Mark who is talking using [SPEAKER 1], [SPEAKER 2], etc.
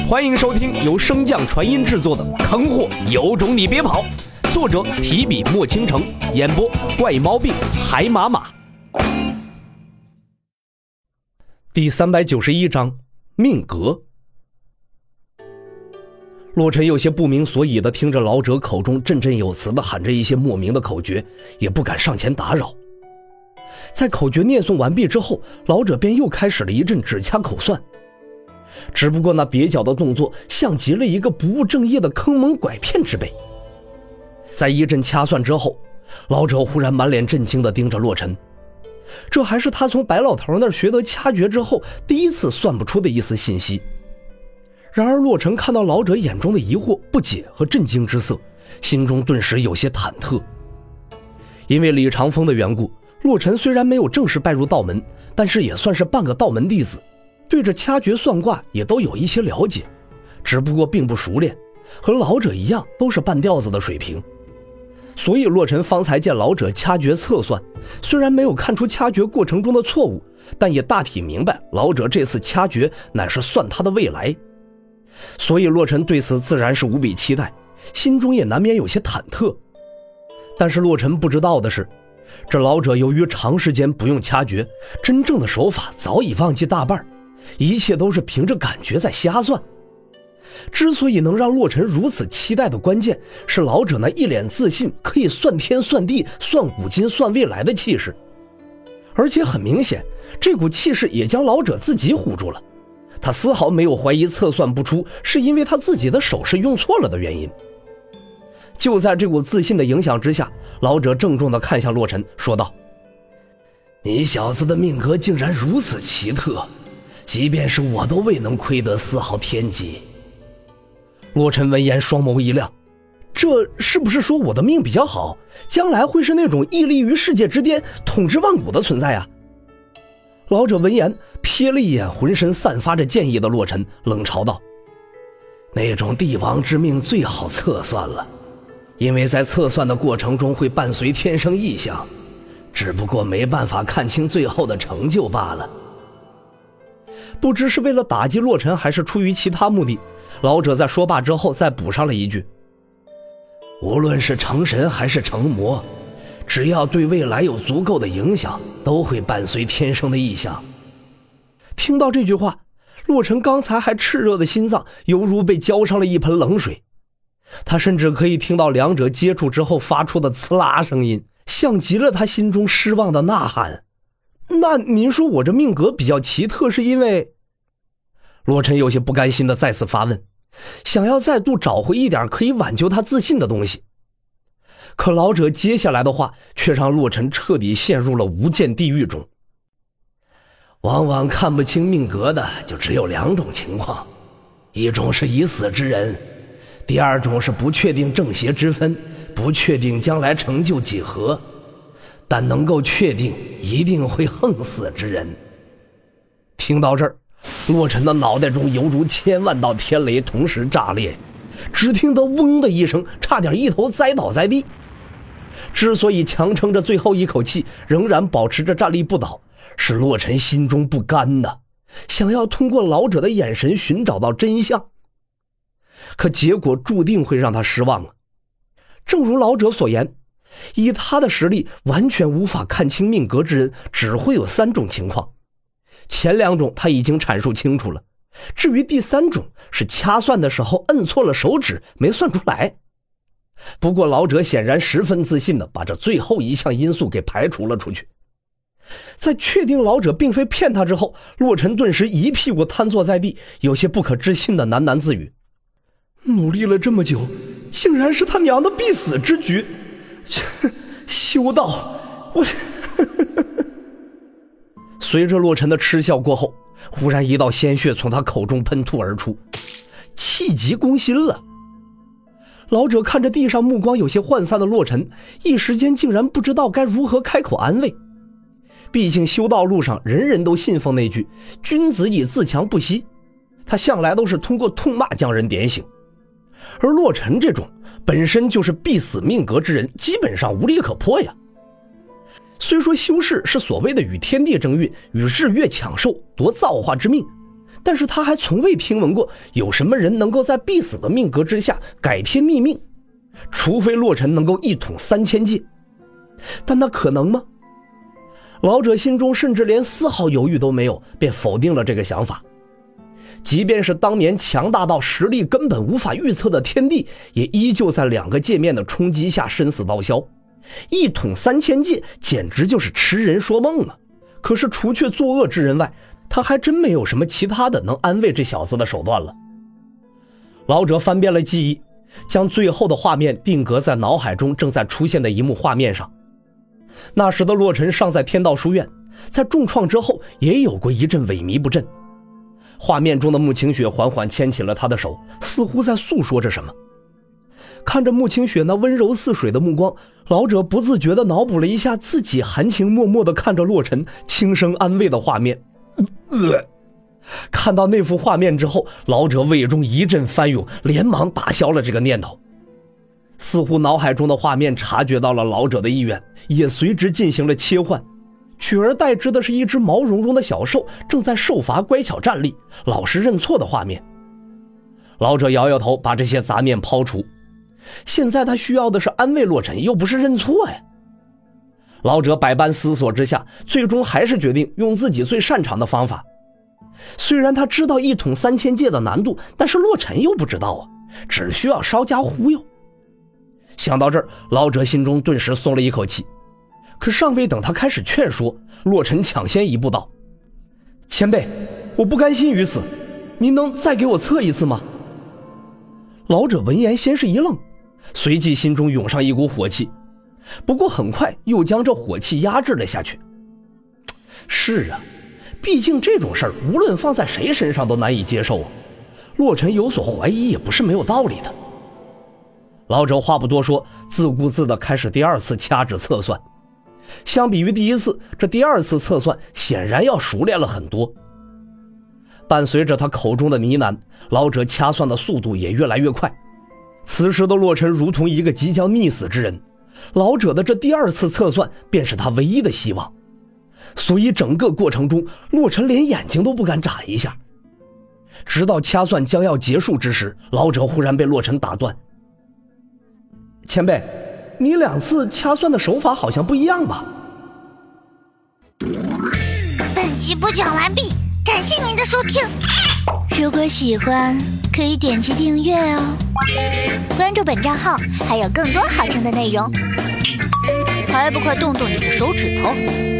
[SPEAKER 1] 欢迎收听由升降传音制作的《坑货有种你别跑》，作者提笔墨倾城，演播怪毛病海马马。第391章命格。洛尘有些不明所以的听着老者口中振振有词的喊着一些莫名的口诀，也不敢上前打扰。在口诀念诵完毕之后，老者便又开始了一阵指掐口算。只不过那蹩脚的动作像极了一个不务正业的坑蒙拐骗之辈。在一阵掐算之后，老者忽然满脸震惊地盯着洛尘，这还是他从白老头那儿学得掐诀之后第一次算不出的一丝信息。然而洛尘看到老者眼中的疑惑、不解和震惊之色，心中顿时有些忐忑。因为李长风的缘故，洛尘虽然没有正式拜入道门，但是也算是半个道门弟子，对着掐诀算卦也都有一些了解，只不过并不熟练，和老者一样都是半吊子的水平。所以洛尘方才见老者掐诀测算，虽然没有看出掐诀过程中的错误，但也大体明白老者这次掐诀乃是算他的未来。所以洛尘对此自然是无比期待，心中也难免有些忐忑。但是洛尘不知道的是，这老者由于长时间不用掐诀，真正的手法早已忘记大半，一切都是凭着感觉在瞎算。之所以能让洛尘如此期待的关键，是老者那一脸自信可以算天算地算古今算未来的气势。而且很明显，这股气势也将老者自己唬住了，他丝毫没有怀疑测算不出是因为他自己的手势用错了的原因。就在这股自信的影响之下，老者郑重地看向洛尘，说道：你小子的命格竟然如此奇特，即便是我都未能窥得丝毫天机。洛尘闻言双眸一亮，这是不是说我的命比较好，将来会是那种屹立于世界之巅统治万古的存在啊？老者闻言瞥了一眼浑身散发着剑意的洛尘，冷嘲道：那种帝王之命最好测算了，因为在测算的过程中会伴随天生异象，只不过没办法看清最后的成就罢了。不知是为了打击洛尘还是出于其他目的，老者在说罢之后再补上了一句：无论是成神还是成魔，只要对未来有足够的影响，都会伴随天生的异象。听到这句话，洛尘刚才还炽热的心脏犹如被浇上了一盆冷水，他甚至可以听到两者接触之后发出的呲啦声音，像极了他心中失望的呐喊。那您说我这命格比较奇特是因为？洛尘有些不甘心地再次发问，想要再度找回一点可以挽救他自信的东西。可老者接下来的话却让洛尘彻底陷入了无间地狱中。往往看不清命格的就只有两种情况，一种是已死之人，第二种是不确定正邪之分，不确定将来成就几何，但能够确定一定会横死之人。听到这儿，洛尘的脑袋中犹如千万道天雷同时炸裂，只听得嗡的一声，差点一头栽倒在地。之所以强撑着最后一口气，仍然保持着站立不倒，是洛尘心中不甘呐，想要通过老者的眼神寻找到真相。可结果注定会让他失望啊！正如老者所言，以他的实力，完全无法看清命格之人只会有3种情况。前2种他已经阐述清楚了，至于第3种是掐算的时候摁错了手指没算出来。不过老者显然十分自信地把这最后一项因素给排除了出去。在确定老者并非骗他之后，洛尘顿时一屁股瘫坐在地，有些不可置信地喃喃自语：努力了这么久，竟然是他娘的必死之局，修道我随着洛尘的嗤笑过后，忽然一道鲜血从他口中喷吐而出，气急攻心了。老者看着地上目光有些涣散的洛尘，一时间竟然不知道该如何开口安慰。毕竟修道路上人人都信奉那句君子以自强不息，他向来都是通过痛骂将人点醒。而洛尘这种本身就是必死命格之人，基本上无利可破呀。虽说修士是所谓的与天地争运，与日月抢寿，夺造化之命， 但是他还从未听闻过有什么人能够在必死的命格之下改天觅命，除非洛尘能够一统3000界。但那可能吗？老者心中甚至连丝毫犹豫都没有，便否定了这个想法。即便是当年强大到实力根本无法预测的天地，也依旧在2个界面的冲击下生死道消。一统3000界简直就是痴人说梦啊！可是除却作恶之人外，他还真没有什么其他的能安慰这小子的手段了。老者翻遍了记忆，将最后的画面定格在脑海中正在出现的一幕画面上。那时的洛尘尚在天道书院，在重创之后也有过一阵萎靡不振。画面中的穆清雪缓缓牵起了他的手，似乎在诉说着什么。看着穆清雪那温柔似水的目光，老者不自觉地脑补了一下自己含情脉脉地看着洛尘轻声安慰的画面。看到那幅画面之后，老者胃中一阵翻涌，连忙打消了这个念头。似乎脑海中的画面察觉到了老者的意愿，也随之进行了切换，取而代之的是一只毛茸茸的小兽正在受罚乖巧站立，老实认错的画面。老者摇摇头，把这些杂念抛除。现在他需要的是安慰洛尘，又不是认错呀。老者百般思索之下，最终还是决定用自己最擅长的方法。虽然他知道一统3000界的难度，但是洛尘又不知道啊，只需要稍加忽悠。想到这儿，老者心中顿时松了一口气。可尚未等他开始劝说，洛尘抢先一步道：前辈，我不甘心于此，您能再给我测一次吗？老者闻言先是一愣，随即心中涌上一股火气，不过很快又将这火气压制了下去。是啊，毕竟这种事儿无论放在谁身上都难以接受啊，洛尘有所怀疑也不是没有道理的。老者话不多说，自顾自地开始第2次掐指测算。相比于第1次，这第2次测算显然要熟练了很多。伴随着他口中的呢喃，老者掐算的速度也越来越快。此时的洛尘如同一个即将溺死之人，老者的这第2次测算便是他唯一的希望。所以整个过程中，洛尘连眼睛都不敢眨一下。直到掐算将要结束之时，老者忽然被洛尘打断。前辈，你2次掐算的手法好像不一样吧？
[SPEAKER 2] 本集播讲完毕，感谢您的收听。
[SPEAKER 3] 如果喜欢，可以点击订阅哦，关注本账号还有更多好听的内容。还不快动动你的手指头！